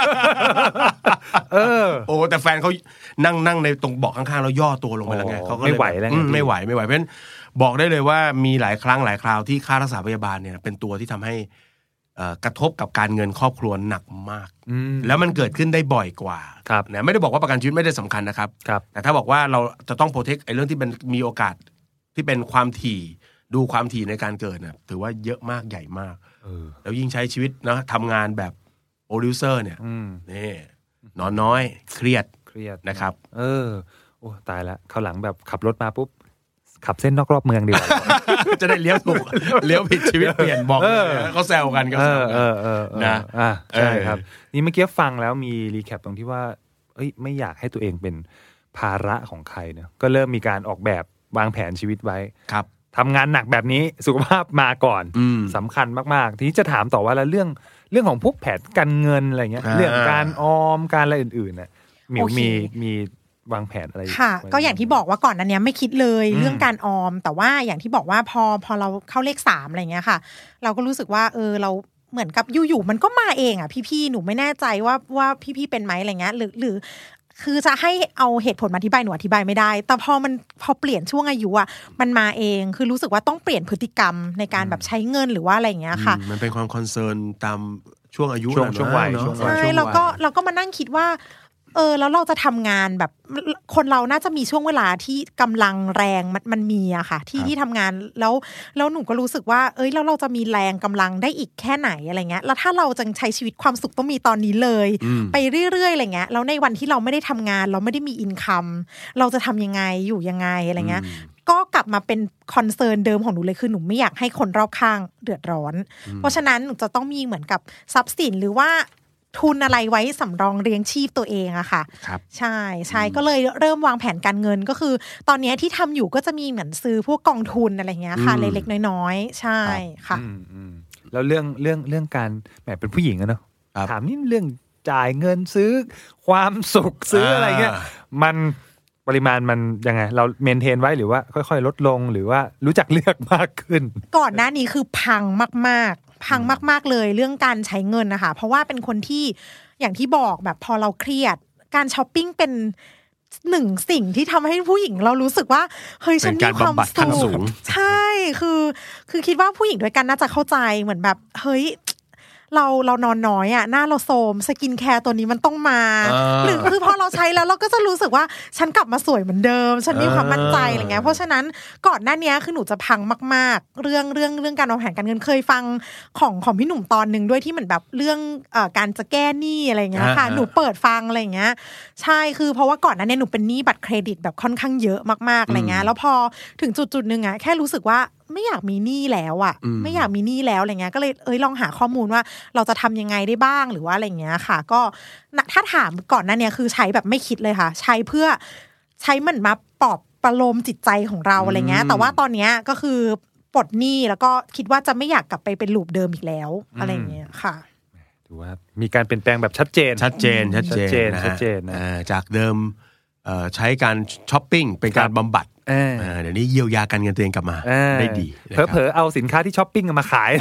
โอ้แต่แฟนเขานั่งในตรงเบาะข้างๆแล้วย่อตัวลงไปแล้วไงเขาก็ไม่ไหวแล้วไม่ไหวเพราะฉะนั้นบอกได้เลยว่ามีหลายครั้งหลายคราวที่ค่ารักษาพยาบาลเนี่ยเป็นตัวที่ทำให้กระทบกับการเงินครอบครัวหนักมากแล้วมันเกิดขึ้นได้บ่อยกว่านะไม่ได้บอกว่าประกันชีวิตไม่ได้สำคัญนะครับแต่ถ้าบอกว่าเราจะต้องโปรเทคไอ้เรื่องที่เป็นมีโอกาสที่เป็นความถี่ดูความถี่ในการเกิดนะถือว่าเยอะมากใหญ่มากแล้วยิ่งใช้ชีวิตนะทำงานแบบโปรดิวเซอร์เนี่ยนี่นอนน้อยเครียดนะครับโอ้ตายแล้วคราวหลังแบบขับรถมาปุ๊บขับเส้นนอกรอบเมืองดีกว่าจะได้เลี้ยวถูกเลี้ยวผิดชีวิตเปลี่ยนบอกเขาแซวกันก็นะใช่ครับนี่เมื่อกี้ฟังแล้วมีรีแคปตรงที่ว่าไม่อยากให้ตัวเองเป็นภาระของใครเนอะก็เริ่มมีการออกแบบวางแผนชีวิตไว้ครับทำงานหนักแบบนี้สุขภาพมาก่อนสำคัญมากๆทีนี้จะถามต่อว่าแล้วเรื่องของพวกแผนการเงินอะไรเงี้ยเรื่องการออมการอะไรอื่นๆน่ะมีวางแผนอะไรค่ะก็อย่างที่บอกว่าก่อนนั้นเนี้ยไม่คิดเลยเรื่องการออมแต่ว่าอย่างที่บอกว่าพอเราเข้าเลข3อะไรเงี้ยค่ะเราก็รู้สึกว่าเราเหมือนกับอยู่ๆมันก็มาเองอ่ะพี่ๆหนูไม่แน่ใจว่าพี่ๆเป็นไหมอะไรเงี้ยหรือคือจะให้เอาเหตุผลมาอธิบายหนูอธิบายไม่ได้แต่พอเปลี่ยนช่วงอายุอ่ะมันมาเองคือรู้สึกว่าต้องเปลี่ยนพฤติกรรมในการแบบใช้เงินหรือว่าอะไรอย่างเงี้ยค่ะมันเป็นความคอนเซิร์นตามช่วงอายุช่วงวัยใช่เราก็มานั่งคิดว่าแล้วเราจะทำงานแบบคนเราน่าจะมีช่วงเวลาที่กำลังแรงมันมีอะค่ะที่ทำงานแล้วหนูก็รู้สึกว่าแล้วเราจะมีแรงกำลังได้อีกแค่ไหนอะไรเงี้ยแล้วถ้าเราจะใช้ชีวิตความสุขต้องมีตอนนี้เลยไปเรื่อยๆอะไรเงี้ยแล้วในวันที่เราไม่ได้ทำงานเราไม่ได้มีอินคัมเราจะทำยังไงอยู่ยังไงอะไรเงี้ยก็กลับมาเป็นคอนเซิร์นเดิมของหนูเลยคือหนูไม่อยากให้คนรอบข้างเดือดร้อนเพราะฉะนั้นหนูจะต้องมีเหมือนกับทรัพย์สินหรือว่าทุนอะไรไว้สำรองเลี้ยงชีพตัวเองอะค่ะใช่ก็เลยเริ่มวางแผนการเงินก็คือตอนนี้ที่ทำอยู่ก็จะมีเหมือนซื้อพวกกองทุนอะไรเงี้ยค่ะเล็กๆน้อยๆใช่ค่ะแล้วเรื่องการแหมเป็นผู้หญิงอะเนาะถามนี่เรื่องจ่ายเงินซื้อความสุขซื้ออะไรเงี้ยมันปริมาณมันยังไงเราเมนเทนไว้หรือว่าค่อยๆลดลงหรือว่ารู้จักเลือกมากขึ้นก่อนหน้านี้คือพังมากเลยเรื่องการใช้เงินนะคะเพราะว่าเป็นคนที่อย่างที่บอกแบบพอเราเครียดการช้อปปิ้งเป็นหนึ่งสิ่งที่ทำให้ผู้หญิงเรารู้สึกว่าเฮ้ยฉันมีความสุขใช่คือคิดว่าผู้หญิงด้วยกันน่าจะเข้าใจเหมือนแบบเฮ้ยเรานอนน้อยอ่ะหน้าเราโทรมสกินแคร์ตัวนี้มันต้องมาหรือคือพอเราใช้แล้วเราก็จะรู้สึกว่าฉันกลับมาสวยเหมือนเดิมฉันมีความมั่นใจอะไรเงี้ยเพราะฉะนั้นก่อนหน้านี้คือหนูจะพังมากๆเรื่องการวางแผนการเงินเคยฟังของพี่หนุ่มตอนนึงด้วยที่เหมือนแบบเรื่องการจะแก้หนี้อะไรเงี้ยค่ะหนูเปิดฟังอะไรเงี้ยใช่คือเพราะว่าก่อนหน้านี้หนูเป็นหนี้บัตรเครดิตแบบค่อนข้างเยอะมากๆอะไรเงี้ยแล้วพอถึงจุดนึงอ่ะแค่รู้สึกว่าไม่อยากมีหนี้แล้วอ่ะไม่อยากมีหนี้แล้วอะไรเงี้ยก็เลยลองหาข้อมูลว่าเราจะทำยังไงได้บ้างหรือว่าอะไรเงี้ยค่ะก็ถ้าถามก่อนหน้านี้คือใช้แบบไม่คิดเลยค่ะใช้เพื่อใช้มันมาปลอบประโลมจิตใจของเราอะไรเงี้ยแต่ว่าตอนเนี้ยก็คือปลดหนี้แล้วก็คิดว่าจะไม่อยากกลับไปเป็นลูปเดิมอีกแล้วอะไรเงี้ยค่ะถือว่ามีการเปลี่ยนแปลงแบบชัดเจนนะจากเดิมใช้การช้อปปิ้งเป็นการบำบัดเดี๋ยวนี้เยียวยาการเงินตัวเองกลับมาได้ดีเผลอเอาสินค้าที่ช้อปปิ้งมาขาย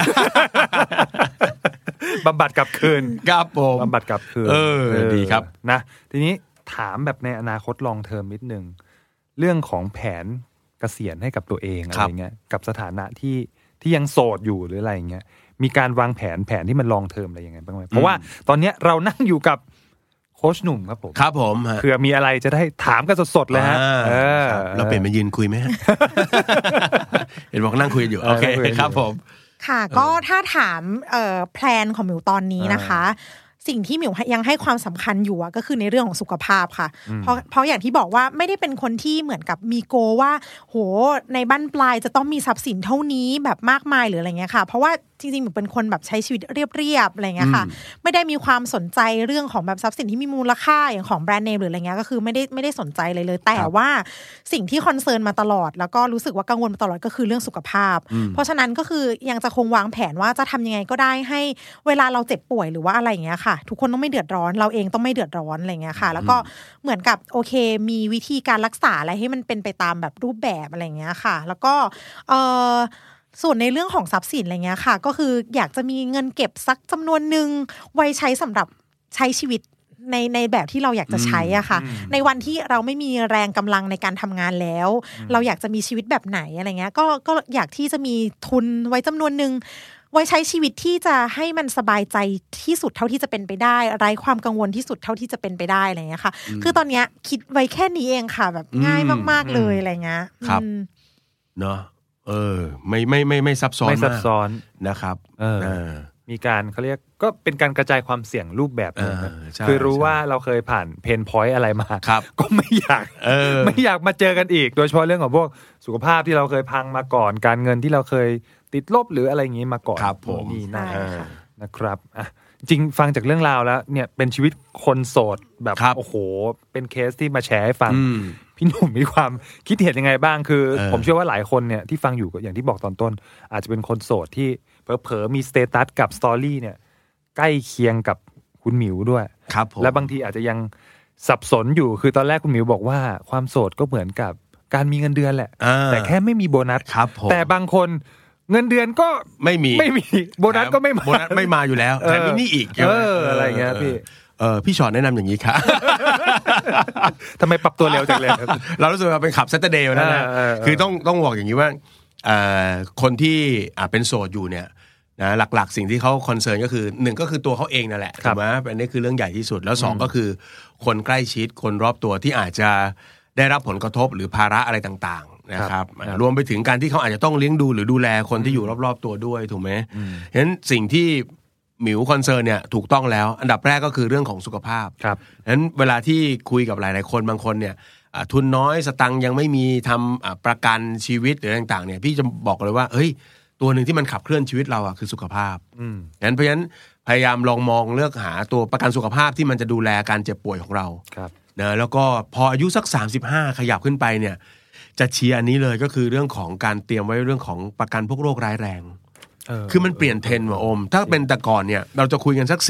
บำบัดกลับคืนครับผมบำบัดกลับคืนดีครับนะทีนี้ถามแบบในอนาคตลองเทอมนิดนึงเรื่องของแผนเกษียณให้กับตัวเองอะไรเงี้ยกับสถานะที่ยังโสดอยู่หรืออะไรเงี้ยมีการวางแผนที่มันลองเทอมอะไรยังไงบ้างไหมเพราะว่าตอนนี้เรานั่งอยู่กับโค้ชหนุ่มครับผมครับผมเผื่อมีอะไรจะได้ถามกันสดๆเลยฮะเราเปลี่ยนมายืนคุยไหมฮะเห็นบอกนั่งคุยอยู่โอเคครับผมค่ะก็ถ้าถามแพลนของหมิวตอนนี้นะคะสิ่งที่หมิวยังให้ความสำคัญอยู่ก็คือในเรื่องของสุขภาพค่ะเพราะอย่างที่บอกว่าไม่ได้เป็นคนที่เหมือนกับมีโกว่าโหในบั้นปลายจะต้องมีทรัพย์สินเท่านี้แบบมากมายหรืออะไรเงี้ยค่ะเพราะว่าจริงๆเป็นคนแบบใช้ชีวิตเรียบๆอะไรเงี้ยค่ะไม่ได้มีความสนใจเรื่องของแบบทรัพย์สินที่มีมูลค่าอย่างของแบรนด์เนมหรืออะไรเงี้ยก็คือไม่ได้สนใจเลยแต่ว่าสิ่งที่คอนเซิร์นมาตลอดแล้วก็รู้สึกว่ากังวลมาตลอดก็คือเรื่องสุขภาพเพราะฉะนั้นก็คือยังจะคงวางแผนว่าจะทำยังไงก็ได้ให้เวลาเราเจ็บป่วยหรือว่าอะไรเงี้ยค่ะทุกคนต้องไม่เดือดร้อนเราเองต้องไม่เดือดร้อนอะไรเงี้ยค่ะแล้วก็เหมือนกับโอเคมีวิธีการรักษาอะไรให้มันเป็นไปตามแบบรูปแบบอะไรเงี้ยค่ะแล้วก็ส่วนในเรื่องของทรัพย์สินอะไรเงี้ยค่ะก็คืออยากจะมีเงินเก็บสักจำนวนนึงไว้ใช้สำหรับใช้ชีวิตในแบบที่เราอยากจะใช้อ่ะค่ะในวันที่เราไม่มีแรงกำลังในการทำงานแล้วเราอยากจะมีชีวิตแบบไหนอะไรเงี้ยก็อยากที่จะมีทุนไว้จำนวนนึงไว้ใช้ชีวิตที่จะให้มันสบายใจที่สุดเท่าที่จะเป็นไปได้ไร้ความกังวลที่สุดเท่าที่จะเป็นไปได้อะไรเงี้ยค่ะคือตอนเนี้ยคิดไว้แค่นี้เองค่ะแบบง่ายมากๆเลยอะไรเงี้ยครับเนาะไม่ซับซ้อนไม่ซับซ้อนนะครับมีการเขาเรียกก็เป็นการกระจายความเสี่ยงรูปแบบนึงคือรู้ว่าเราเคยผ่านเพนพอยต์อะไรมาก็ไม่อยากมาเจอกันอีกโดยเฉพาะเรื่องของพวกสุขภาพที่เราเคยพังมาก่อนการเงินที่เราเคยติดลบหรืออะไรอย่างนี้มาก่อนนี่นะครับอ่ะจริงฟังจากเรื่องราวแล้วเนี่ยเป็นชีวิตคนโสดแบบโอ้โหเป็นเคสที่มาแชร์ให้ฟังพี่หนุ่มมีความคิดเห็นยังไงบ้างคือผมเชื่อว่าหลายคนเนี่ยที่ฟังอยู่อย่างที่บอกตอนต้นอาจจะเป็นคนโสดที่เผลอๆมีสเตตัสกับสตอรี่เนี่ยใกล้เคียงกับคุณหมิวด้วยและบางทีอาจจะยังสับสนอยู่คือตอนแรกคุณหมิวบอกว่าความโสดก็เหมือนกับการมีเงินเดือนแหละแต่แค่ไม่มีโบนัสแต่บางคนเงินเดือนก็ไม่มีโบนัสก็ไม่มาโบนัสไม่มาอยู่แล้วแต่มีนี่อีกอะไรเงี้ยพี่ชอตแนะนำอย่างนี้ครับทำไมปรับตัวเร็วจังเลยเรารู้สึกว่าเป็นขับซัตเตอร์เดย์นะคือต้องบอกอย่างนี้ว่าคนที่เป็นโสดอยู่เนี่ยนะหลักๆสิ่งที่เขาคอนเซิร์นก็คือ1ก็คือตัวเขาเองนั่นแหละถูกไหมอันนี้คือเรื่องใหญ่ที่สุดแล้ว2ก็คือคนใกล้ชิดคนรอบตัวที่อาจจะได้รับผลกระทบหรือภาระอะไรต่างๆนะครับรวมไปถึงการที่เขาอาจจะต้องเลี้ยงดูหรือดูแลคนที่อยู่รอบๆตัวด้วยถูกไหมฉะนั้นสิ่งที่หมิวคอนเซิร์นเนี่ยถูกต้องแล้วอันดับแรกก็คือเรื่องของสุขภาพฉะนั้นเวลาที่คุยกับหลายๆคนบางคนเนี่ยทุนน้อยสตังค์ยังไม่มีทำประกันชีวิตหรือต่างๆเนี่ยพี่จะบอกเลยว่าเฮ้ยตัวหนึ่งที่มันขับเคลื่อนชีวิตเราคือสุขภาพเพราะฉะนั้นพยายามลองมองเลือกหาตัวประกันสุขภาพที่มันจะดูแลการเจ็บป่วยของเรานะแล้วก็พออายุสัก35ขยับขึ้นไปเนี่ยจะเชียร์อันนี้เลยก็คือเรื่องของการเตรียมไว้เรื่องของประกันพวกโรคร้ายแรงคือมันเปลี่ยนเทรนด์ว่ะโอมถ้าเป็นแต่ก่อนเนี่ยเราจะคุยกันสัก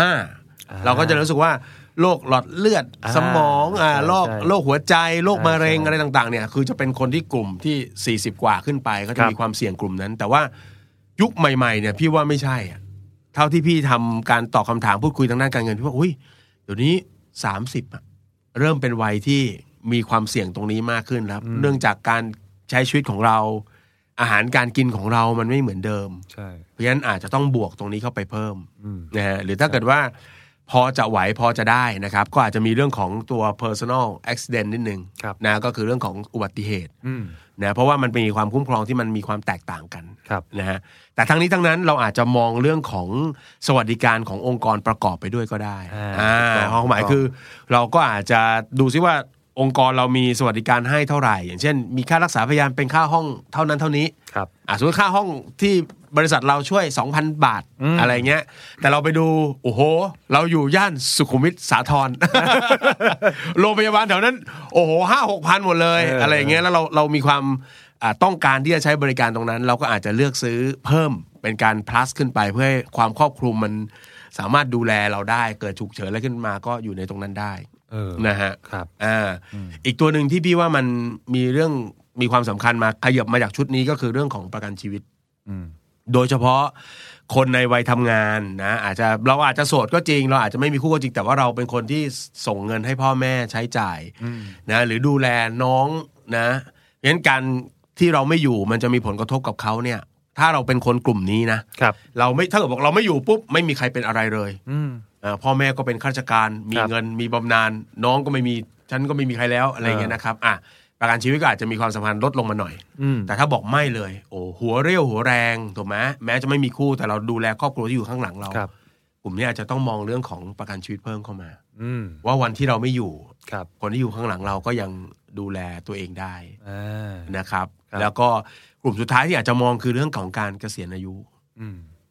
45เราก็จะรู้สึกว่าโรคหลอดเลือดสมองโรคหัวใจโรคมะเร็งอะไรต่างๆเนี่ยคือจะเป็นคนที่กลุ่มที่40กว่าขึ้นไปก็จะมีความเสี่ยงกลุ่มนั้นแต่ว่ายุคใหม่ๆเนี่ยพี่ว่าไม่ใช่เท่าที่พี่ทำการตอบคำถามพูดคุยทางด้านการเงินพี่ว่าอุ้ยเดี๋ยวนี้30เริ่มเป็นวัยที่มีความเสี่ยงตรงนี้มากขึ้นแล้วเนื่องจากการใช้ชีวิตของเราอาหารการกินของเรามันไม่เหมือนเดิมเพราะฉะนั้นอาจจะต้องบวกตรงนี้เข้าไปเพิ่มนะฮะหรือถ้าเกิดว่าพอจะไหวพอจะได้นะครับก็อาจจะมีเรื่องของตัว personal accident นิดนึงนะก็คือเรื่องของอุบัติเหตุนะเพราะว่ามันมีความคุ้มครองที่มันมีความแตกต่างกันนะฮะแต่ทั้งนี้ทั้งนั้นเราอาจจะมองเรื่องของสวัสดิการขององค์กรประกอบไปด้วยก็ได้ความหมายคือเราก็อาจจะดูซิว่าองค์กรเรามีสวัสดิการให้เท่าไหร่อย่างเช่นมีค่ารักษาพยาบาลเป็นค่าห้องเท่านั้นเท่านี้สมมติค่าห้องที่บริษัทเราช่วย 2,000 บาทอะไรเงี้ยแต่เราไปดูโอ้โหเราอยู่ย่านสุขุมวิทสาทร โรงพยาบาลแถวนั้นโอ้โห 5-6,000 หมดเลยอะไรอย่างเงี้ยแล้วเรามีความต้องการที่จะใช้บริการตรงนั้นเราก็อาจจะเลือกซื้อเพิ่มเป็นการ plus ขึ้นไปเพื่อให้ความครอบคลุมมันสามารถดูแลเราได้เกิดฉุกเฉินอะไรขึ้นมาก็อยู่ในตรงนั้นได้นะฮะอีกตัวหนึ่งที่พี่ว่ามันมีความสำคัญมาขยับมาจากชุดนี้ก็คือเรื่องของประกันชีวิตโดยเฉพาะคนในวัยทำงานนะเราอาจจะโสดก็จริงเราอาจจะไม่มีคู่ก็จริงแต่ว่าเราเป็นคนที่ส่งเงินให้พ่อแม่ใช้จ่ายนะหรือดูแลน้องนะเพราะฉะนั้นการที่เราไม่อยู่มันจะมีผลกระทบกับเขาเนี่ยถ้าเราเป็นคนกลุ่มนี้นะเราไม่ถ้าเกิดบอกเราไม่อยู่ปุ๊บไม่มีใครเป็นอะไรเลยพ่อแม่ก็เป็นข้าราชการมีเงินมีบำนาญน้องก็ไม่มีฉันก็ไม่มีใครแล้วอะไรเงี้ยนะครับประกันชีวิตก็อาจจะมีความสัมพันธ์ลดลงมาหน่อยแต่ถ้าบอกไม่เลยโอ้หัวเรี่ยวหัวแรงถูกไหมแม้จะไม่มีคู่แต่เราดูแลครอบครัวที่อยู่ข้างหลังเรากลุ่มนี้อาจจะต้องมองเรื่องของประกันชีวิตเพิ่มเข้ามาว่าวันที่เราไม่อยู่คนที่อยู่ข้างหลังเราก็ยังดูแลตัวเองได้นะครับแล้วก็กลุ่มสุดท้ายที่อาจจะมองคือเรื่องของการเกษียณอายุ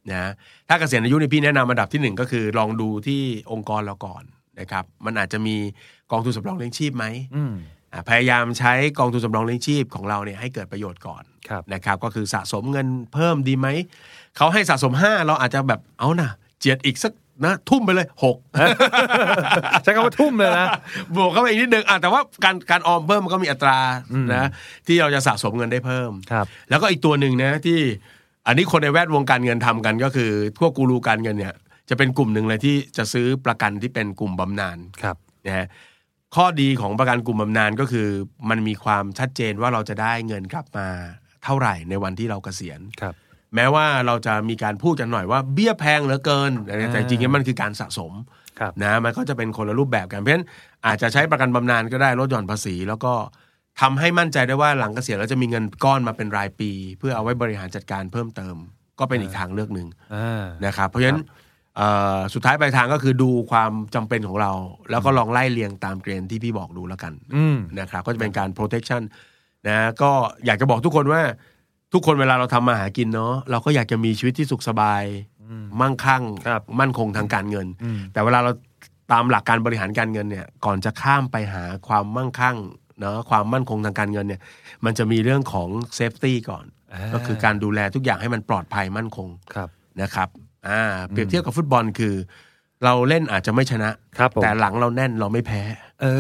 นะถ้าเกษียณอายุในพี่แนะนำอันดับที่1ก็คือลองดูที่องค์กรเราก่อนนะครับมันอาจจะมีกองทุนสำรองเลี้ยงชีพไหมพยายามใช้กองทุนสำรองเลี้ยงชีพของเราเนี่ยให้เกิดประโยชน์ก่อนนะครับก็คือสะสมเงินเพิ่มดีไหมเขาให้สะสม5เราอาจจะแบบเอานะเจียดอีกสักนะทุ่มไปเลย6 ใช้คำว่าทุ่มเลยนะบวกเข้าไปอีกนิดนึงแต่ว่าการออมเพิ่มมันก็มีอัตรานะที่เราจะสะสมเงินได้เพิ่มแล้วก็อีกตัวหนึ่งนะที่อันนี้คนในแวดวงการเงินทำกันก็คือพวกกูรูการเงินเนี่ยจะเป็นกลุ่มหนึ่งเลยที่จะซื้อประกันที่เป็นกลุ่มบำนาญนะฮะข้อดีของประกันกลุ่มบำนาญก็คือมันมีความชัดเจนว่าเราจะได้เงินกลับมาเท่าไหร่ในวันที่เราเกษียณแม้ว่าเราจะมีการพูดกันหน่อยว่าเบี้ยแพงเหลือเกินแต่จริงๆมันคือการสะสมนะมันก็จะเป็นคนละรูปแบบกันเพราะฉะนั้นอาจจะใช้ประกันบำนาญก็ได้ลดหย่อนภาษีแล้วก็ทำให้มั่นใจได้ว่าหลังเกษียณแล้วจะมีเงินก้อนมาเป็นรายปีเพื่อเอาไว้บริหารจัดการเพิ่มเติมก็เป็นอีกทางเลือกหนึ่งนะครับเพราะฉะนั้นสุดท้ายปลายทางก็คือดูความจำเป็นของเราแล้วก็ลองไล่เรียงตามเกณฑ์ที่พี่บอกดูแล้วกันนะครับก็จะเป็นการ protection นะก็อยากจะบอกทุกคนว่าทุกคนเวลาเราทำมาหากินเนาะเราก็อยากจะมีชีวิตที่สุขสบายมั่งคั่งมั่นคงทางการเงินแต่เวลาเราตามหลักการบริหารการเงินเนี่ยก่อนจะข้ามไปหาความมั่งคั่งเนาะความมั่นคงทางการเงินเนี่ยมันจะมีเรื่องของเซฟตี้ก่อนก็คือการดูแลทุกอย่างให้มันปลอดภัยมั่นคงนะครับเปรียบเทียบกับฟุตบอลคือเราเล่นอาจจะไม่ชนะแต่หลังเราแน่นเราไม่แพ้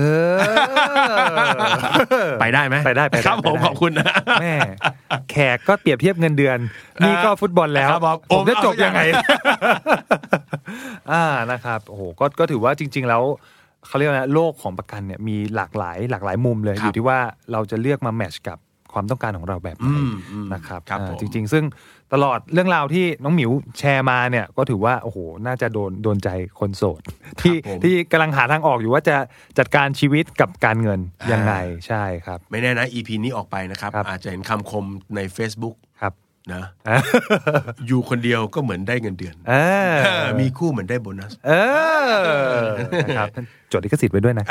ไปได้ไหมไปได้ครับผมขอบคุณนะแม่แขกก็เปรียบเทียบเงินเดือนนี่ก็ฟุตบอลแล้วผมจะจบยังไงนะครับโอ้โหก็ถือว่าจริงๆแล้วเขาเรียกว่าโลกของประกันเนี่ยมีหลากหลายมุมเลยอยู่ที่ว่าเราจะเลือกมาแมทช์กับความต้องการของเราแบบไหนนะครับจริงๆซึ่งตลอดเรื่องราวที่น้องหมิวแชร์มาเนี่ยก็ถือว่าโอ้โหน่าจะโดนใจคนโสดที่กำลังหาทางออกอยู่ว่าจะจัดการชีวิตกับการเงินยังไงใช่ครับไม่แน่นะ EP นี้ออกไปนะครับอาจจะเห็นคำคมใน Facebook ครับนะอยู่คนเดียวก็เหมือนได้เงินเดือนมีคู่เหมือนได้โบนัสนะครับจดลิขสิทธิ์ไว้ด้วยนะ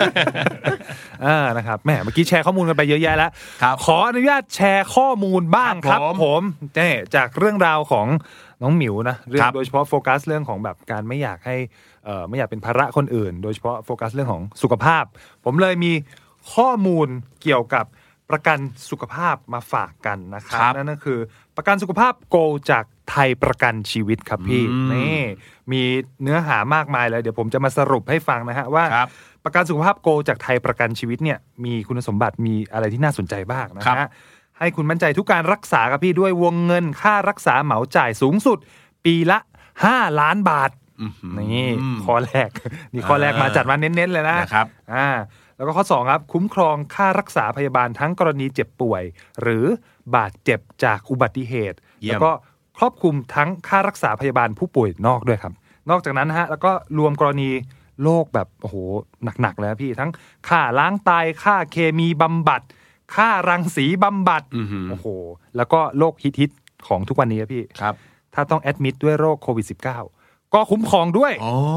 นะครับแหมเมื่อกี้แชร์ข้อมูลกันไปเยอะแยะแล้วขออนุญาตแชร์ข้อมูลบ้างครับผมจากเรื่องราวของน้องหมิวนะเรื่องโดยเฉพาะโฟกัสเรื่องของแบบการไม่อยากให้ไม่อยากเป็นภาระคนอื่นโดยเฉพาะโฟกัสเรื่องของสุขภาพผมเลยมีข้อมูลเกี่ยวกับประกันสุขภาพมาฝากกันนะครับนั่นก็คือประกันสุขภาพโกจากไทยประกันชีวิตครับพี่นี่มีเนื้อหามากมายเลยเดี๋ยวผมจะมาสรุปให้ฟังนะฮะว่าประกันสุขภาพโกจากไทยประกันชีวิตเนี่ยมีคุณสมบัติมีอะไรที่น่าสนใจบ้างนะฮะให้คุณมั่นใจทุกการรักษาครับพี่ด้วยวงเงินค่ารักษาเหมาจ่ายสูงสุดปีละ5 ล้านบาทนี่ข้อแรกนี่ข้อแรกมาจัดมาเน้นๆเลยนะครับแล้วก็ข้อ2ครับคุ้มครองค่ารักษาพยาบาลทั้งกรณีเจ็บป่วยหรือบาดเจ็บจากอุบัติเหตุแล้วก็ครอบคลุมทั้งค่ารักษาพยาบาลผู้ป่วยนอกด้วยครับนอกจากนั้นฮะแล้วก็รวมกรณีโรคแบบโอ้โหหนักๆเลยพี่ทั้งค่าล้างไตค่าเคมีบำบัดค่ารังสีบำบัดโอ้โหแล้วก็โรคฮิตของทุกวันนี้พี่ครับถ้าต้องแอดมิดด้วยโรคโควิด -19 ก็คุ้มครองด้วย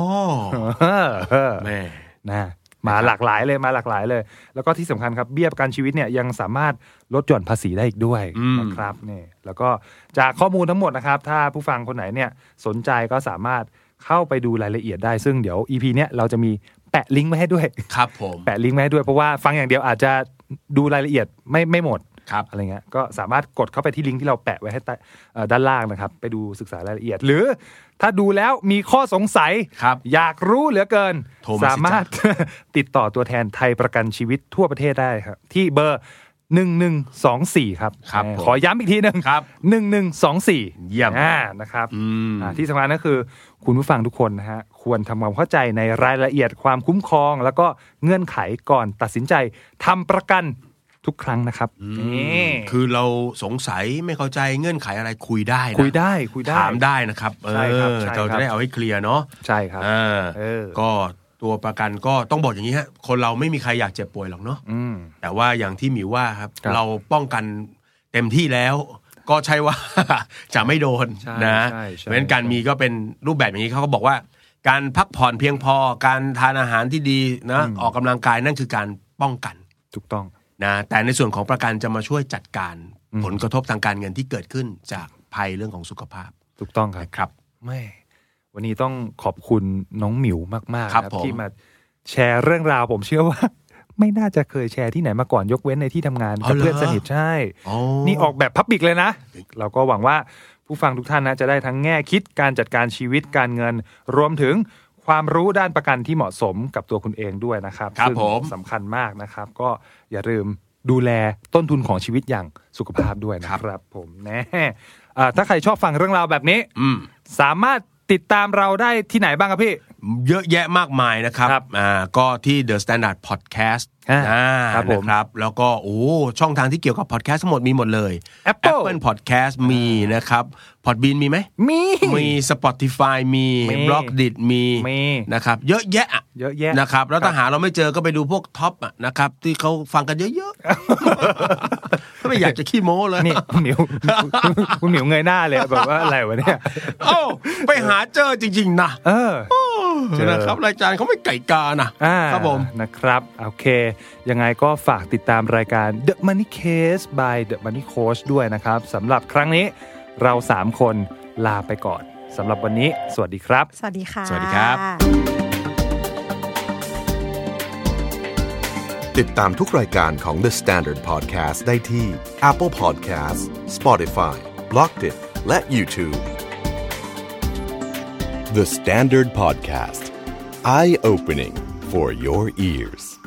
แม่นะมาหลากหลายเลยแล้วก็ที่สำคัญครับเบี้ยประกันชีวิตเนี่ยยังสามารถลดหย่อนภาษีได้อีกด้วยนะครับนี่แล้วก็จากข้อมูลทั้งหมดนะครับถ้าผู้ฟังคนไหนเนี่ยสนใจก็สามารถเข้าไปดูรายละเอียดได้ซึ่งเดี๋ยว EP เนี้ยเราจะมีแปะลิงก์ไว้ให้ด้วยครับผมแปะลิงก์ไว้ให้ด้วยเพราะว่าฟังอย่างเดียวอาจจะดูรายละเอียดไม่หมดอะไรเงี้ยก็สามารถกดเข้าไปที่ลิงก์ที่เราแปะไว้ให้ด้านล่างนะครับไปดูศึกษารายละเอียดหรือถ้าดูแล้วมีข้อสงสัยอยากรู้เหลือเกินสามารถติดต่อตัวแทนไทยประกันชีวิตทั่วประเทศได้ครับที่เบอร์1124ครับขอย้ำอีกทีนึง1124 เยี่ยมนะครับที่สำคัญก็คือคุณผู้ฟังทุกคนนะฮะควรทำความเข้าใจในรายละเอียดความคุ้มครองแล้วก็เงื่อนไขก่อนตัดสินใจทำประกันทุกครั้งนะครับนี่คือเราสงสัยไม่เข้าใจเงื่อนไขอะไรคุยได้นะคุยได้ถามได้นะครับเราจะได้เอาให้เคลียร์เนาะใช่ครับก็ตัวประกันก็ต้องบอกอย่างนี้ฮะคนเราไม่มีใครอยากเจ็บป่วยหรอกเนาะแต่ว่าอย่างที่หมิวว่าครับเราป้องกันเต็มที่แล้วก็ใช่ว่าจะไม่โดนนะเพราะฉะนั้นการมีก็เป็นรูปแบบอย่างนี้เขาก็บอกว่าการพักผ่อนเพียงพอการทานอาหารที่ดีนะออกกำลังกายนั่นคือการป้องกันถูกต้องนะแต่ในส่วนของประกันจะมาช่วยจัดการผลกระทบทางการเงินที่เกิดขึ้นจากภัยเรื่องของสุขภาพถูกต้องครับไม่วันนี้ต้องขอบคุณน้องหมิวมากๆครับที่มาแชร์เรื่องราวผมเชื่อว่าไม่น่าจะเคยแชร์ที่ไหนมาก่อนยกเว้นในที่ทำงานกับเพื่อนสนิทใช่นี่ออกแบบพับบิกเลยนะเราก็หวังว่าผู้ฟังทุกท่านนะจะได้ทั้งแง่คิดการจัดการชีวิตการเงินรวมถึงความรู้ด้านประกันที่เหมาะสมกับตัวคุณเองด้วยนะครับซึ่งสำคัญมากนะครับก็อย่าลืมดูแลต้นทุนของชีวิตอย่างสุขภาพด้วยนะครับผมแน่ถ้าใครชอบฟังเรื่องราวแบบนี้สามารถติดตามเราได้ที่ไหนบ้างครับพี่เยอะแยะมากมายนะครับก็ที่ The Standard Podcast นะครับแล้วก็ช่องทางที่เกี่ยวกับ podcast ทั้งหมดมีหมดเลย Apple Podcast มีนะครับ Podbean มีไหมมี Spotify มี Blogdit มีนะครับเยอะแยะนะครับแล้วถ้าหาเราไม่เจอก็ไปดูพวกท็อปนะครับที่เขาฟังกันเยอะๆก็ไม่อยากจะขี้โม้เลยนี่คุณหมิวเงยหน้าเลยแบบว่าอะไรวะเนี่ยไปหาเจอจริงๆนะนะครับรายการเขาไม่ไก่กานะครับผมนะครับโอเคยังไงก็ฝากติดตามรายการ The Money Case by The Money Coach ด้วยนะครับสำหรับครั้งนี้เรา3คนลาไปก่อนสำหรับวันนี้สวัสดีครับสวัสดีค่ะสวัสดีครับติดตามทุกรายการของ The Standard Podcast ได้ที่ Apple Podcast, Spotify, Blogdit และ YouTube The Standard Podcast Eye-opening for your ears